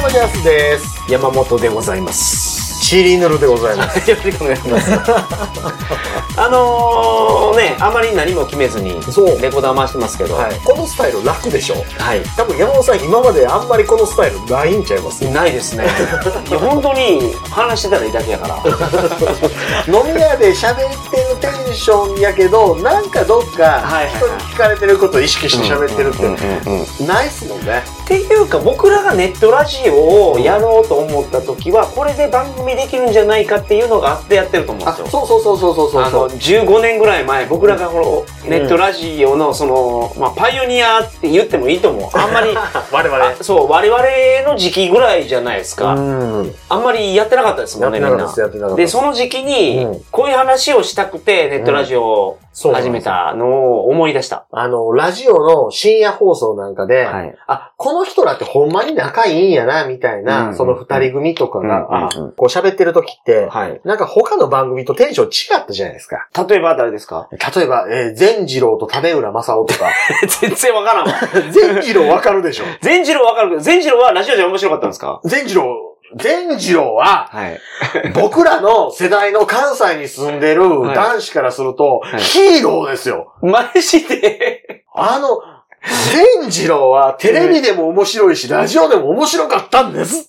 もジャスです。 山本でございます。 チリヌルでございます。 よろしくお願いします。あまり何も決めずにレコーダー回してますけど、 はい、このスタイル楽でしょ。 はい。 多分山本さん今まであんまりこのスタイルないんちゃいます？ ないですね。いや本当に話してたらいいだけやから。 飲み屋で喋ってるテンションやけど、なんかどっか人に聞かれてることを意識して喋ってるってないっすもんね。 っていうか僕らがネットラジオをやろうと思った時はこれで番組できるんじゃないかっていうのがあってやってると思うんですよ。 そう 15年ぐらい前僕らがこのネットラジオのその、パイオニアって言ってもいいと思う。あんまり我々の時期ぐらいじゃないですか。あんまりやってなかったですもんね、みんな。でその時期にこういう話をしたくてネットラジオを始めたのを思い出した。 ラジオの深夜放送なんかで、はい、この人らってほんまに仲いいんやなみたいな、その二人組とかがこう喋ってる時って、なんか他の番組とテンション違ったじゃないですか。 例えば誰ですか？ 例えば善次郎と種浦正夫とか。 全然わからんわ。 善次郎わかるでしょ。 善次郎わかるけど、善次郎はラジオじゃ面白かったんですか？ 善次郎は、僕らの世代の関西に住んでる男子からすると、ヒーローですよ。 マジで善次郎はテレビでも面白いし、ラジオでも面白かったんですって。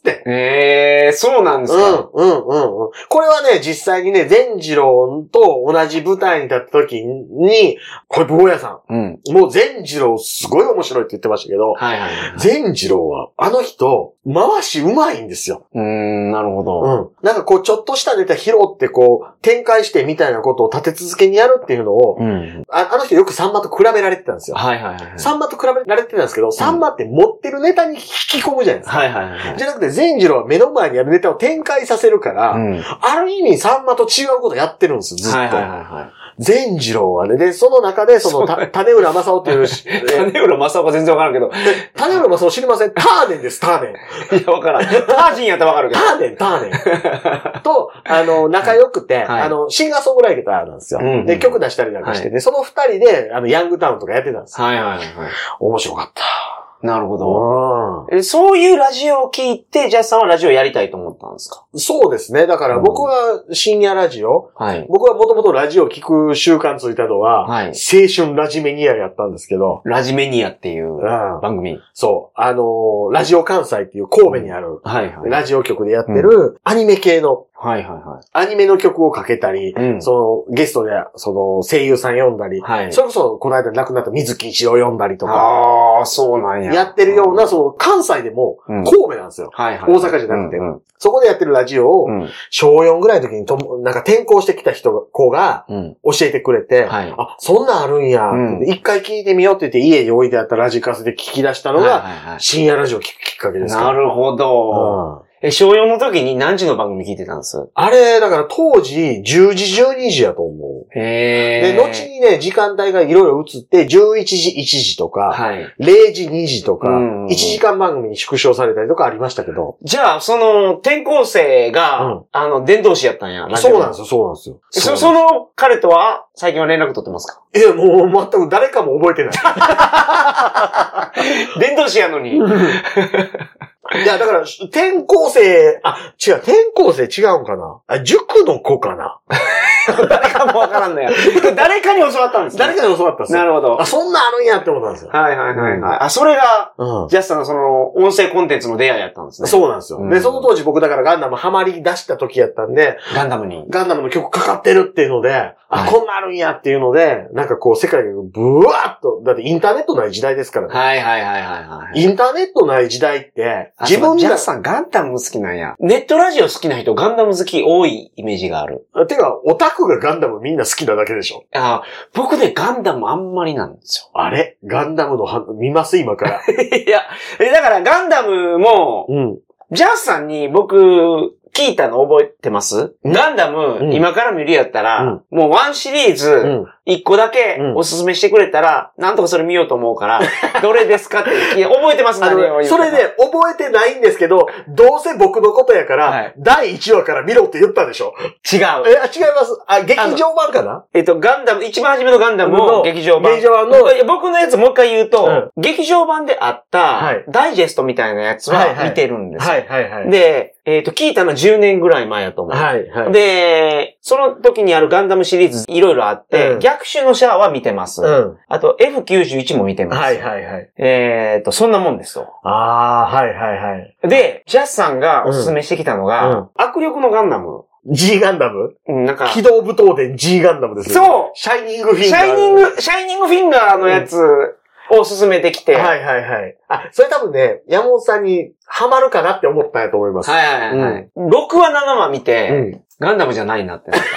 そうなんですか。 これはね、実際にね、善次郎と同じ舞台に立った時に、これ、坊やさん。もう善次郎すごい面白いって言ってましたけど、善次郎は、人、回しうまいんですよ。 なるほど。 なんかこう、ちょっとしたネタ拾ってこう、展開してみたいなことを立て続けにやるっていうのを、あの人よくさんまと比べられてたんですよ。さんまと比べられてたんですけど、さんまって持ってるネタに引き込むじゃないですか。じゃなくて、善次郎は目の前にあるネタを展開させるから、ある意味さんまと違うことやってるんですよ、ずっと。善次郎はね、で、その中で、種浦正夫っていう、 種浦正夫が全然わからんけど。 種浦正夫知りません？ターネンです、ターネン。 いや、わからん。タージンやったらわかるけど。 ターネン。と、仲良くて、シンガーソングライターなんですよ。で、曲出したりなんかしてて、その二人で、ヤングタウンとかやってたんですよ。面白かった。 なるほど。そういうラジオを聞いて、ジャスさんはラジオやりたいと思ったんですか？ そうですね。だから僕は深夜ラジオ、僕はもともとラジオを聞く習慣ついたのは、青春ラジメニアやったんですけど。 ラジメニアっていう番組。 そう。ラジオ関西っていう神戸にある、ラジオ局でやってるアニメ系の、アニメの曲をかけたり、ゲストで、声優さん呼んだり、それこそ、この間亡くなった水木一郎呼んだりとか、 そうなんや。 やってるような、関西でも、神戸なんですよ。大阪じゃなくて。そこでやってるラジオを、小4ぐらいの時になんか転校してきた子が、教えてくれて、そんなんあるんや、一回聞いてみようって言って家に置いてあったラジカセで聞き出したのが、深夜ラジオを聞くきっかけですから。 なるほど。小4の時に何時の番組聞いてたんです？ あれ、だから当時、10時、12時やと思う。で、後にね、時間帯がいろいろ移って、11時、1時とか、0時、2時とか、1時間番組に縮小されたりとかありましたけど。 じゃあ、転校生が、伝道師やったんや。 そうなんですよ。 その彼とは、最近は連絡取ってますか？ もう全く誰かも覚えてない。 伝道師やのに。 いや、だから、転校生違うんかな？塾の子かな？ 誰かもわからんのや。誰かに教わったんですね。 誰かに教わったんですよ。 なるほど。 そんなあるんやって思ったんですよ。 それが、ジャスさんの音声コンテンツの出会いやったんですね。 そうなんですよ。で、その当時僕だからガンダムハマり出した時やったんで、 ガンダムの曲かかってるっていうので、こんなあるんやっていうので、なんかこう世界がブワーッと、だってインターネットない時代ですからね。インターネットない時代って、 ジャスさんガンダム好きなんや。ネットラジオ好きな人ガンダム好き多いイメージがある。 てか、オタクがガンダムみんな好きなだけでしょ。 僕ね、ガンダムあんまりなんですよ。 あれガンダムの見ます今から。 いや、だからガンダムも、ジャスさんに僕、聞いたの覚えてます？ガンダム、今から見るやったら、もうワンシリーズ、 一個だけおすすめしてくれたら、なんとかそれ見ようと思うから、どれですかって覚えてますね。 それで覚えてないんですけど、どうせ僕のことやから、第1話から見ろって言ったでしょ。 違う。 違います。劇場版かな？ ガンダム、一番初めのガンダムの劇場版。僕のやつもう一回言うと、劇場版であった、ダイジェストみたいなやつは見てるんですよ。で、聞いたのは10年ぐらい前やと思う。で、その時にあるガンダムシリーズいろいろあって、逆襲のシャアは見てます。あと F91 も見てます。そんなもんですよ。で、ジャスさんがおすすめしてきたのが、握力のガンダム。 G ガンダム？ なんか。 機動武闘伝 G ガンダムですよ。 そう！ シャイニングフィンガー。 シャイニングフィンガーのやつを進めてきて。 それ多分ね、山本さんにハマるかなって思ったんやと思います。 6話7話見て、ガンダムじゃないなってなった。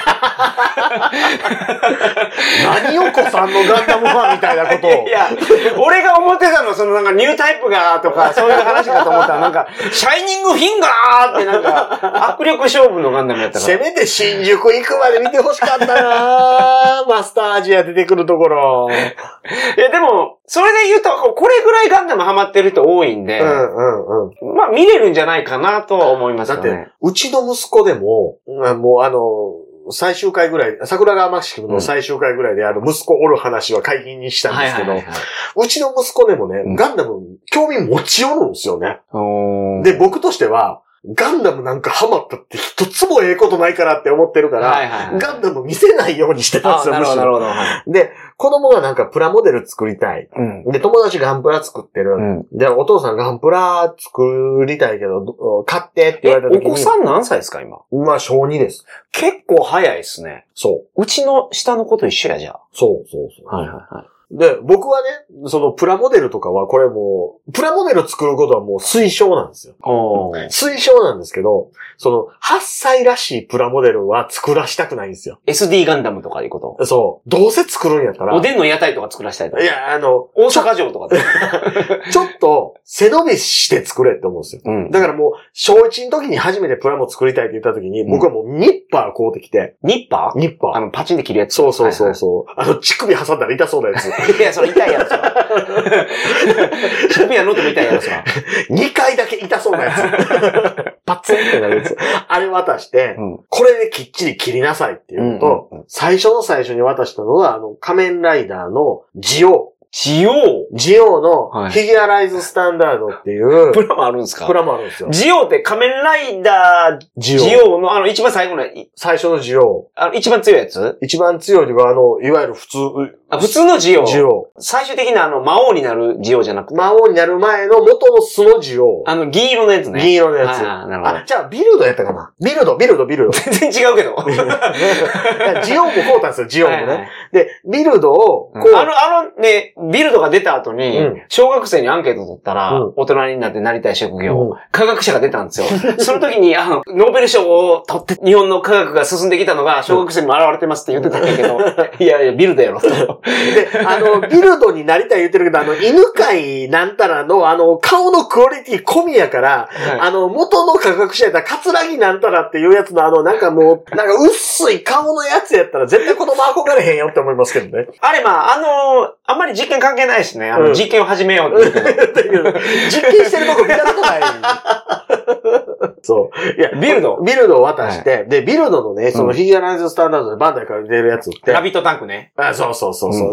何お子さんのガンダムファンみたいなことを。 いや、俺が思ってたの、そのなんかニュータイプがとか、そういう話かと思ったら、なんか、シャイニングフィンガーってなんか、握力勝負のガンダムやったから。 せめて新宿行くまで見てほしかったなマスターアジア出てくるところ。 いや、でも、それで言うと、これぐらいガンダムハマってる人多いんで、まあ見れるんじゃないかなとは思いますよね。 だって、うちの息子でも、もう最終回ぐらい、桜川マキシムの最終回ぐらいで息子おる話は解禁にしたんですけど、うちの息子でもね、ガンダム興味持ち寄るんですよね。で、僕としては、ガンダムなんかハマったって一つもええことないからって思ってるから、ガンダム見せないようにしてたんですよ、むしろ。なるほど。で、子供がなんかプラモデル作りたい。で、友達ガンプラ作ってる。で、お父さんガンプラ作りたいけど、買ってって言われた時に。 お子さん何歳ですか、今？ まあ、小2です。 結構早いですね。 そう。 うちの下の子と一緒や、じゃあ。 そう。で、僕はね、そのプラモデルとかはこれもう、プラモデル作ることはもう推奨なんですよ。推奨なんですけど、その8歳らしいプラモデルは作らしたくないんですよ。 SD ガンダムとかいうこと？ そう。どうせ作るんやったら。 おでんの屋台とか作らしたいとか。 いや、 大阪城とかちょっと背伸びして作れって思うんですよ。だからもう、小1の時に初めてプラモ作りたいって言った時に、僕はもうニッパー買うてきて。 ニッパー？パチンで切るやつ。 そう。乳首挟んだら痛そうなやつ。 いや、それ痛いやつは。乳首はのっても痛いやつは。 2回だけ痛そうなやつ。パツンってなるやつ。あれ渡して、これできっちり切りなさいっていうのと、最初に渡したのは、仮面ライダーのジオのフィギュアライズスタンダードっていう。 プラもあるんですか？ プラもあるんですよ。 ジオって仮面ライダージオの一番最後の。 最初のジオ。 一番強いやつ？ 一番強いというか、いわゆる普通のジオ。最終的な魔王になるジオじゃなくて。 魔王になる前の元の素のジオ。 銀色のやつね。 銀色のやつ。 なるほど。 じゃあビルドやったかな？ビルド。 全然違うけど。 ジオもこうたんですよ、ジオもね。で、ビルドをね、ビルドが出た後に、小学生にアンケート取ったら、大人になってなりたい職業、科学者が出たんですよ。その時に、ノーベル賞を取って日本の科学が進んできたのが、小学生にも現れてますって言ってたんだけど、いや、ビルドやろと。 で、ビルドになりたい言ってるけど、犬飼なんたらの、顔のクオリティ込みやから、元の科学者やったら、桂木なんたらっていうやつのなんかもう、なんか薄い顔のやつやったら、絶対子供憧れへんよって思いますけどね。 あれ、あんまり実験関係ないしね。実験を始めようって言うけど。 実験してるとこ見たことない。そう。いや、ビルドを渡して、で、ビルドのね、そのフィギュアライズスタンダードでバンダイから出るやつって。 ラビットタンクね。 そう。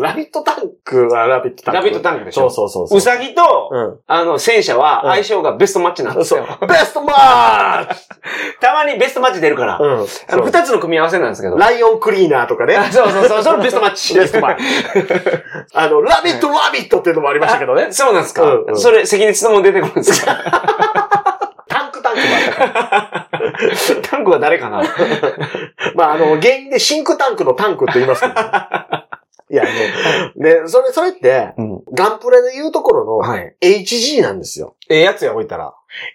ラビットタンクはラビットタンク。 ラビットタンクでしょ。 そう。 ウサギと、戦車は相性がベストマッチなんですよ。 ベストマッチたまにベストマッチ出るから。二つの組み合わせなんですけど。 ライオンクリーナーとかね。 そう。そのベストマッチ。 ベストマッチ。ラビットっていうのもありましたけどね。 そうなんですか。それ、関根勤も出てくるんですか？ タンクもあったから。 タンクは誰かな？ まあ、原因でシンクタンクのタンクって言いますけど。いや、ね、それって、ガンプラで言うところの、HG なんですよ。 やつや置いたら。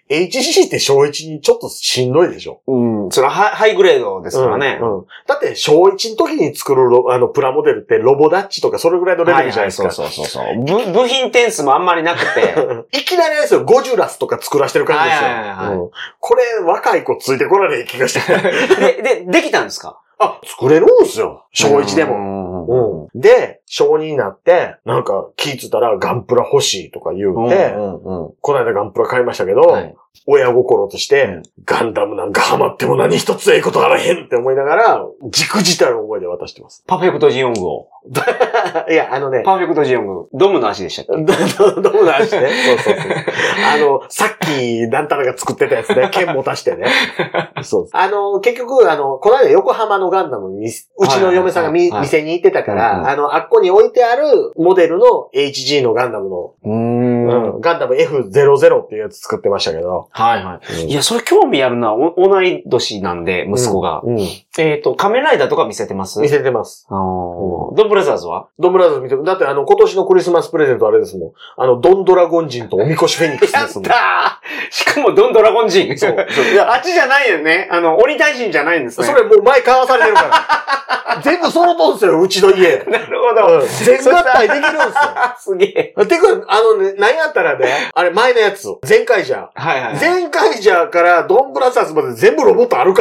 HG って小1にちょっとしんどいでしょ。 それはハイグレードですからね。 だって小1の時に作るプラモデルってロボダッチとかそれぐらいのレベルじゃないですか。 そう。部品点数もあんまりなくて。 いきなりですよ、ゴジュラスとか作らしてる感じですよ。これ若い子ついてこられへん気がして。 できたんですか？ 作れるんですよ。小1でも。 で、小2になって、なんか気ぃつったらガンプラ欲しいとか言うて、この間ガンプラ買いましたけど、親心として、ガンダムなんかハマっても何一つええことあらへんって思いながら、じくじたる思いで渡してます。 パーフェクトジオングを。 いや、 パーフェクトジオング。ドムの足でしたっけ？ ドムの足ね。そう。さっき、なんたらが作ってたやつね、剣持たしてね。そう。結局、この間横浜のガンダムに、うちの嫁さんが店に行ってたから、あっこに置いてあるモデルの HG のガンダムの、ガンダム F00 っていうやつ作ってましたけど。 いや、それ興味あるな。同い年なんで、息子が。仮面ライダーとか見せてます？ 見せてます。 ドンブラザーズは？ ドンブラザーズ見てる。だって今年のクリスマスプレゼントあれですもん。ドンドラゴン人とおみこしフェニックスですもん。 やったー！しかもドンドラゴン人。そう。あっちじゃないよね。鬼大臣じゃないんですね。 それもう前買わされてるから。全部揃とんすよ、うちの家。 なるほど。 全合体できるんすよ。 すげえ。 てか、何やったらね、あれ前のやつ、全カイジャー。全カイジャーからドンブラザーズまで全部ロボットあるから。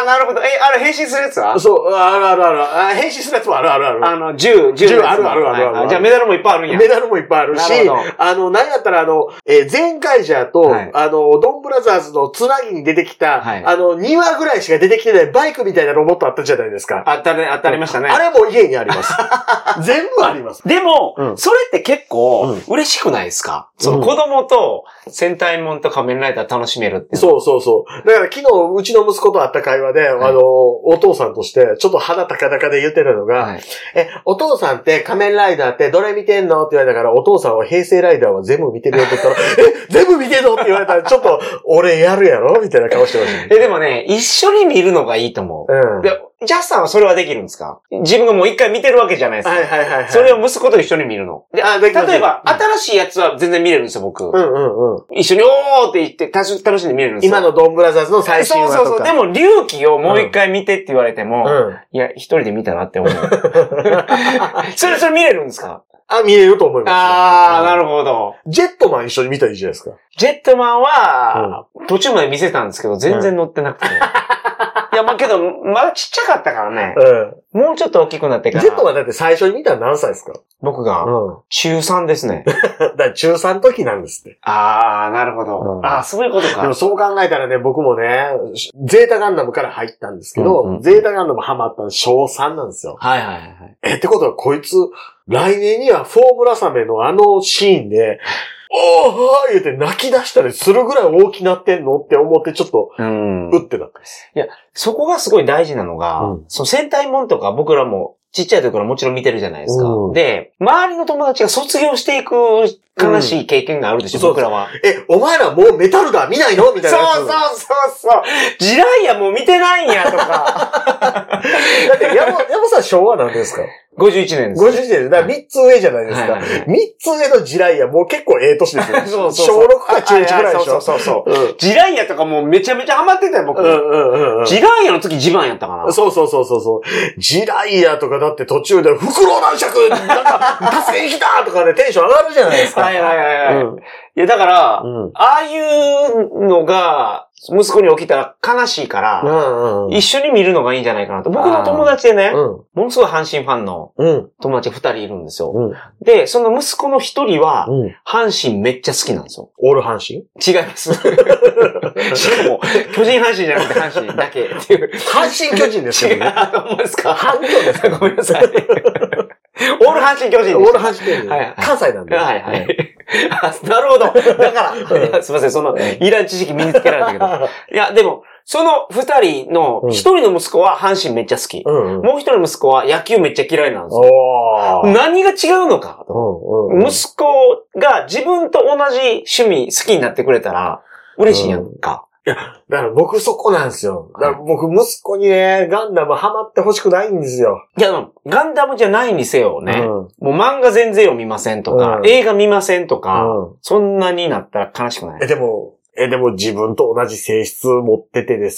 なるほど。あれ変身するやつは？ そう、ある。変身するやつもある。 銃ある。 じゃあメダルもいっぱいあるんや。 メダルもいっぱいあるし、何やったら全カイジャーと、ドンブラザーズのつなぎに出てきた、2話ぐらいしか出てきてないバイクみたいなロボットあったじゃないですか。 ありましたね。 あれも家にあります。全部あります。 でも、それって結構、嬉しくないですか？その子供と戦隊もんと仮面ライダー楽しめるって。 そう。だから昨日、うちの息子と会った会話で、お父さんとして、ちょっと鼻高々で言ってたのが、お父さんって仮面ライダーってどれ見てんのって言われたから、お父さんは平成ライダーは全部見てるよって言ったら、全部見てんのって言われたら、ちょっと、俺やるやろみたいな顔してました。 でもね、一緒に見るのがいいと思う。でジャスさんはそれはできるんですか？自分がもう一回見てるわけじゃないですか。それを息子と一緒に見るの。で、例えば、新しいやつは全然見れるんですよ、僕。一緒におーって言って楽しんで見れるんですよ。 今のドンブラザーズの最新話とか。 そう。でも、龍騎をもう一回見てって言われても、いや、一人で見たなって思う。それ見れるんですか？ 見れると思います。 なるほど。 ジェットマン一緒に見たらいいじゃないですか。 ジェットマンは、途中まで見せたんですけど、全然乗ってなくて。いや、けど、まだちっちゃかったからね。もうちょっと大きくなってから。 ジェットマンだって最初に見たら何歳ですか？ 僕が、中3ですね。 だから中3の時なんですって。 なるほど。そういうことか。 でもそう考えたらね、僕もね、ゼータガンダムから入ったんですけど、ゼータガンダムハマったの小3なんですよ。ってことはこいつ、来年にはフォームラサメのシーンで、おー言うて泣き出したりするぐらい大きなってんのって思ってちょっと、打ってたんです。 いや、そこがすごい大事なのが、その戦隊もんとか僕らもちっちゃい時からもちろん見てるじゃないですか。で、周りの友達が卒業していく悲しい経験があるでしょ、僕らは。 お前らもうメタルダー見ないのみたいなやつ。 そう。ジライアもう見てないんや、とか。 だって山さん昭和なんですか ？51年です。 51年です。だから3つ上じゃないですか。3つ上のジライアもう結構年ですよ。小6か中1ぐらいでしょ。 そう。ジライアとかもうめちゃめちゃハマってたよ、僕。ジライアの時ジバンやったかな。 そう。ジライアとかだって途中でフクロウ男爵なんか助けに来たとかでテンション上がるじゃないですか。 いや、だから、ああいうのが、息子に起きたら悲しいから、一緒に見るのがいいんじゃないかなと。僕の友達でね、ものすごい阪神ファンの友達2人いるんですよ。で、その息子の1人は、阪神めっちゃ好きなんですよ。 オール阪神？ 違います。しかも、巨人阪神じゃなくて阪神だけっていう。 阪神巨人ですよね。 ほんまですか？ 阪巨ですか？ ごめんなさい。オール阪神巨人。 オール阪神巨人。関西なんで。 なるほど。だから、すいません、いらん知識身につけられたけど。いや、でも、その2人の、1人の息子は阪神めっちゃ好き。もう1人の息子は野球めっちゃ嫌いなんですよ。何が違うのか。息子が自分と同じ趣味好きになってくれたら、嬉しいやんか。 いや、だから僕そこなんですよ。だから僕息子にね、ガンダムハマってほしくないんですよ。 いや、ガンダムじゃないにせよね。もう漫画全然読みませんとか、映画見ませんとか、そんなになったら悲しくない？ でも自分と同じ性質持っててですよ。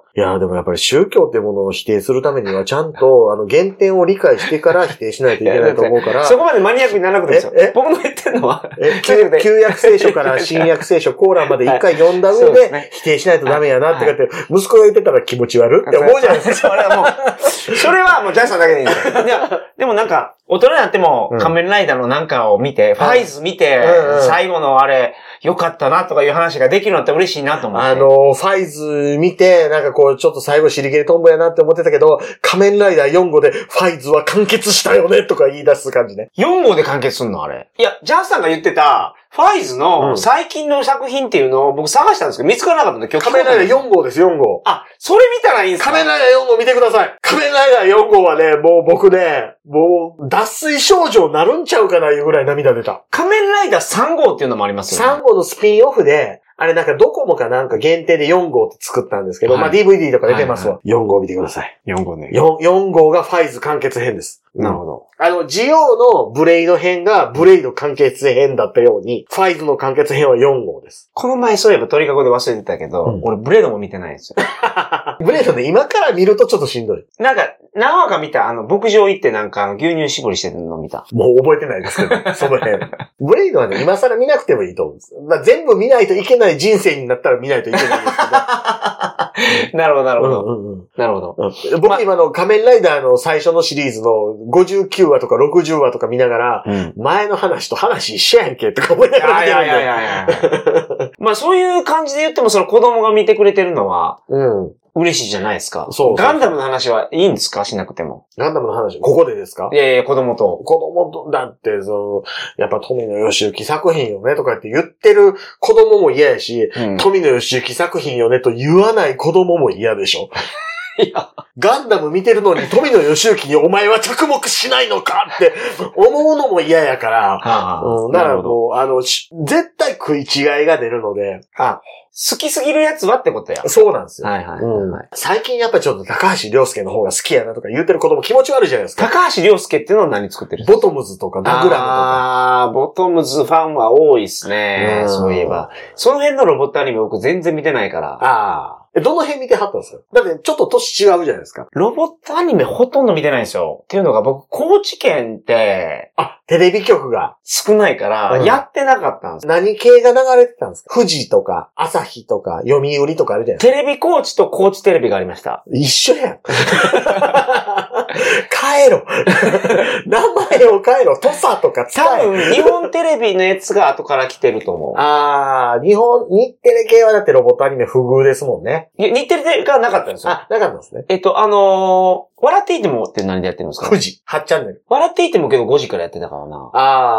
いや、でもやっぱり宗教っていうものを否定するためには、ちゃんと、原点を理解してから否定しないといけないと思うから。 そこまでマニアックにならなくていいですよ。僕の言ってるのは、 旧約聖書から新約聖書、コーランまで一回読んだ上で、否定しないとダメやなって言って、息子が言ってたら気持ち悪って思うじゃないですか。 それはもうジャイさんだけでいいんですよ。いや、でもなんか、大人になっても仮面ライダーのなんかを見て、ファイズ見て、最後のあれ、良かったなとかいう話ができるのって嬉しいなと思って。ファイズ見て、なんかこう、ちょっと最後尻切れトンボやなって思ってたけど、仮面ライダー4号で、ファイズは完結したよねとか言い出す感じね。 4号で完結すんのあれ。いや、ジャスさんが言ってた、ファイズの最近の作品っていうのを僕探したんですけど、見つからなかったんで今日。 仮面ライダー4号です、4号。 あ、それ見たらいいんですか？ 仮面ライダー4号見てください。仮面ライダー4号はね、もう僕ね、もう、脱水症状なるんちゃうかないうぐらい涙出た。 仮面ライダー3号っていうのもありますよね。 3号のスピンオフで、あれなんかドコモかなんか限定で4号って作ったんですけど、まあ DVD とか出てますわ。4号見てください。 4号ね。 4号がファイズ完結編です。 なるほど。 ジオウのブレイド編がブレイド完結編だったように、ファイズの完結編は4号です。 この前そういえば鳥かごで忘れてたけど、俺ブレイドも見てないんですよ。 ブレイドね、今から見るとちょっとしんどい。 なんか、何話か見た、牧場行ってなんか牛乳絞りしてるの見た。 もう覚えてないですけど、その辺。ブレイドはね、今更見なくてもいいと思うんです。まあ、全部見ないといけない人生になったら見ないといけないんですけど。なるほど、なるほど。なるほど。 僕今の仮面ライダーの最初のシリーズの59話とか60話とか見ながら、前の話と話一緒やんけとか思いながら見てるんで。いや。 まあそういう感じで言ってもその子供が見てくれてるのは、嬉しいじゃないですか。そう。ガンダムの話はいいんですか？しなくても。 ガンダムの話、ここでですか？ いやいや、子供と。 だって、やっぱ富野義行作品よねとかって言ってる子供も嫌やし、富野義行作品よねと言わない子供も嫌でしょ。いや、ガンダム見てるのに富野義行にお前は着目しないのかって思うのも嫌やから、だからもう、絶対食い違いが出るので、 好きすぎるやつはってことや。 そうなんですよ。 はいはい。 最近やっぱりちょっと高橋良介の方が好きやなとか言ってる子供気持ち悪いじゃないですか。 高橋良介っていうのは何作ってるんですか？ ボトムズとかダグラムとか。 ボトムズファンは多いですね。そういえば。その辺のロボットアニメ僕全然見てないから。 どの辺見てはったんですか？だってちょっと年違うじゃないですか。 ロボットアニメほとんど見てないんですよ。っていうのが僕、高知県って、 テレビ局が少ないから、やってなかったんです。 何系が流れてたんですか？富士とか、朝日とか、読売とかあるじゃないですか。 テレビ高知と高知テレビがありました。 一緒やん。帰ろ。名前を変えろ。土佐とか使え。 多分、日本テレビのやつが後から来てると思う。 日テレ系はだってロボットアニメ不遇ですもんね。 いや、日テレがなかったんですよ。 なかったんですね。 笑っていてもって何でやってるんですか ？9時。8チャンネル。 笑っていてもけど5時からやってたからな。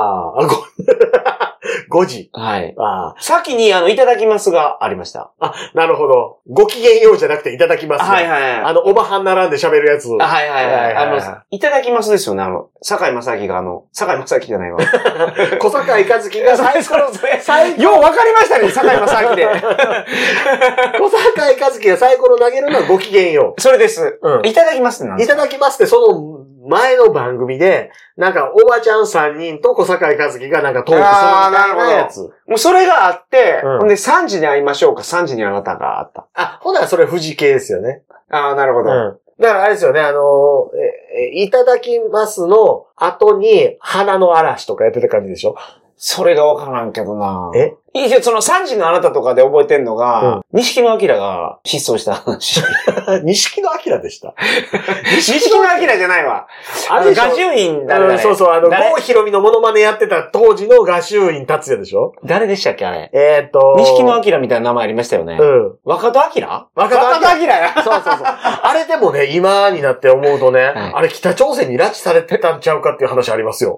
5時。 はい。先に、いただきますがありました。 なるほど。ごきげんようじゃなくていただきます。 はいはい。 おばはん並んで喋るやつ。 はいはい。いただきますですよね。坂井正明が坂井正明じゃないわ。 小坂井和樹が最初の、 ようわかりましたね、坂井正明で。 小坂井和樹がサイコロ投げるのはごきげんよう。 それです。いただきますってなんですか？ いただきますって、その前の番組で、なんか、おばちゃん3人と小坂井和樹がなんかトークするみたいなやつ。 もうそれがあって、ほんで3時に会いましょうか、3時にあなたがあった。 ほんならそれ富士系ですよね。 なるほど。 だからあれですよね、いただきますの後に、花の嵐とかやってた感じでしょ？ それがわからんけどな。いいですよ、その3時のあなたとかで覚えてんのが、錦野明が失踪した話。 錦野明でした。 錦野明じゃないわ。画集院誰？ そうそう、郷ひろみのモノマネやってた当時の画集院達也でしょ？ 誰でしたっけあれ。錦野明みたいな名前ありましたよね。若戸明？ 若戸明や。そう。あれでもね、今になって思うとね、あれ北朝鮮に拉致されてたんちゃうかっていう話ありますよ。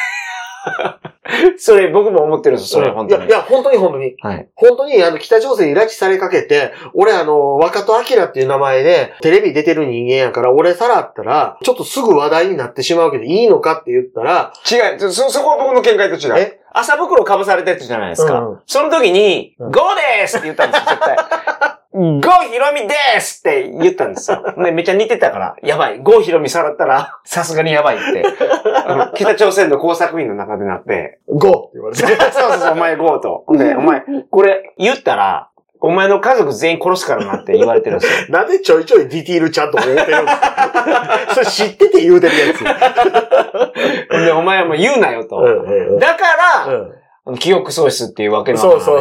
それ僕も思ってるんですよ、それ本当に。 いや、本当に。はい。本当に北朝鮮に拉致されかけて、俺若戸明っていう名前でテレビ出てる人間やから、俺さらったら、ちょっとすぐ話題になってしまうけどいいのかって言ったら、 違う、そこは僕の見解と違う。朝袋被されてるじゃないですか。その時に、ゴーですって言ったんですよ、絶対。ゴーヒロミですって言ったんですよ。ね、めっちゃ似てたから、やばい。ゴーヒロミさらったら、さすがにやばいって。北朝鮮の工作員の中でなって、 ゴーって言われて。 そう、お前ゴーと。で、お前、これ言ったら、 お前の家族全員殺すからなって言われてるんですよ。 なんでちょいちょいディティールちゃんと思ってるんですかそれ知ってて言うてるやつ。 で、お前はもう言うなよと。だから、記憶喪失っていうわけのそう。ゴー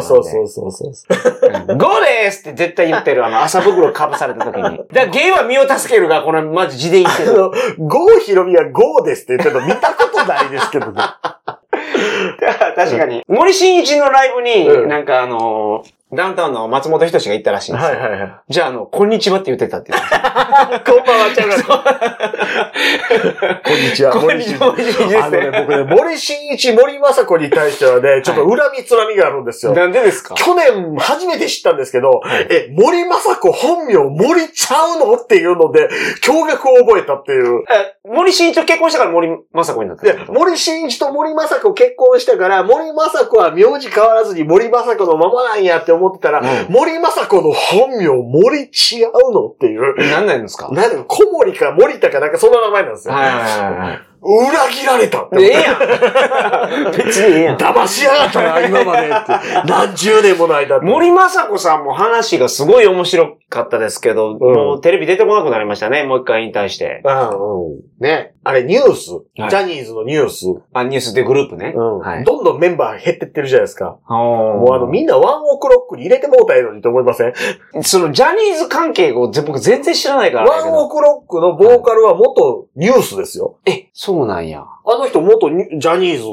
ですって絶対言ってる、麻袋かぶされた時に。だからゲイは身を助けるが、これマジ字で言ってる。 ゴーヒロミはゴーですって言ってるの見たことないですけどね。 確かに。森進一のライブに、なんかダウンタウンの松本人志が行ったらしいんですよ。じゃあこんにちはって言ってたって言って。 こんばんは、ちゃうか。こんにちは。 こんにちは。 僕ね、森進一、森昌子に対してはね、ちょっと恨みつらみがあるんですよ。 なんでですか？ 去年初めて知ったんですけど、森昌子本名森ちゃうのっていうので、驚愕を覚えたっていう。 森進一と結婚したから森昌子になった。 森進一と森昌子結婚したから、森昌子は名字変わらずに森昌子のままなんやって思ってたら、森昌子の本名森違うのっていう。 何なんですか？ なんで小森か森田かなんかそんな名前なんですよ。裏切られたって。 ええやん。別にええやん。 騙しやがったな、今までって。何十年もの間って。 森昌子さんも話がすごい面白かったですけど、もうテレビ出てこなくなりましたね。もう一回引退して。 ね。あれニュース、ジャニーズのニュース。 ニュースでグループね。 どんどんメンバー減ってってるじゃないですか。もうみんなワンオクロックに入れてもうたらいいのにと思いません？ そのジャニーズ関係を僕全然知らないから。 ワンオクロックのボーカルは元ニュースですよ。 そうなんや。 あの人元ジャニーズ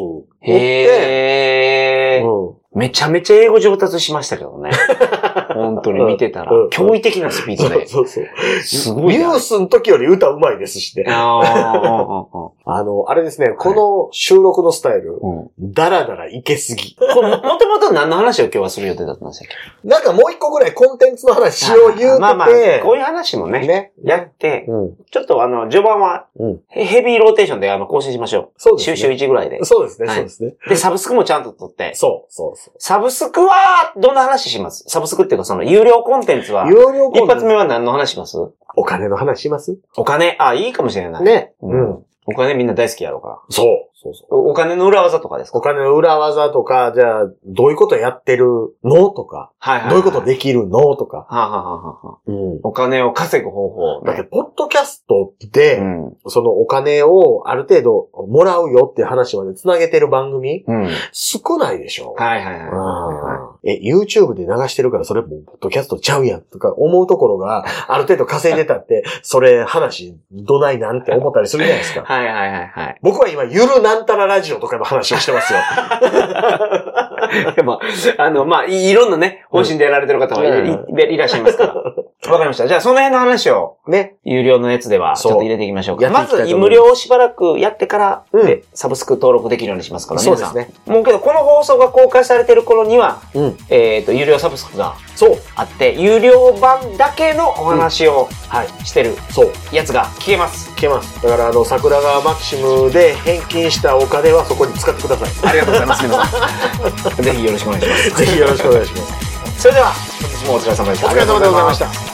へー。めちゃめちゃ英語上達しましたけどね。本当に見てたら。驚異的なスピードで。 すごい。ニュースの時より歌うまいですしね。あれですね、この収録のスタイル、だらだらいけすぎ。 もともと何の話を今日はする予定だったんですよ。 なんかもう一個ぐらいコンテンツの話しよう言うてて。 まあ、こういう話もね、やって、ちょっと序盤は、ヘビーローテーションで更新しましょう。そうですね。週1ぐらいで。 そうですね、そうですね。 で、サブスクもちゃんと取って。 そう。 サブスクは、どんな話します？サブスクっていうか、その、有料コンテンツは、一発目は何の話します？ お金の話します？ お金、いいかもしれない。ね。お金みんな大好きやろうから。 そう。 お金の裏技とかですか？ お金の裏技とか、じゃあ、どういうことやってるのとか、どういうことできるのとか。 お金を稼ぐ方法。 だって、ポッドキャストで、そのお金をある程度もらうよっていう話まで繋げてる番組、少ないでしょ。YouTube で流してるからそれもポッドキャストちゃうやんとか思うところがある程度稼いでたって、それ話どないなんて思ったりするじゃないですか。僕は今、ゆるなんたらラジオとかの話をしてますよ。 いろんなね、方針でやられてる方もいらっしゃいますから。わかりました。じゃあ、その辺の話を、ね、有料のやつでは、ちょっと入れていきましょうか。まず、無料をしばらくやってから、サブスク登録できるようにしますからね。そうですね。もうけど、この放送が公開されてる頃には、有料サブスクがあって、有料版だけのお話をしてるやつが聞けます。 だから、桜川マキシムで返金したお金はそこに使ってください。 ありがとうございます、皆さん。ぜひよろしくお願いします。 ぜひよろしくお願いします。 それでは、本日もお疲れ様でした。 お疲れ様でございました。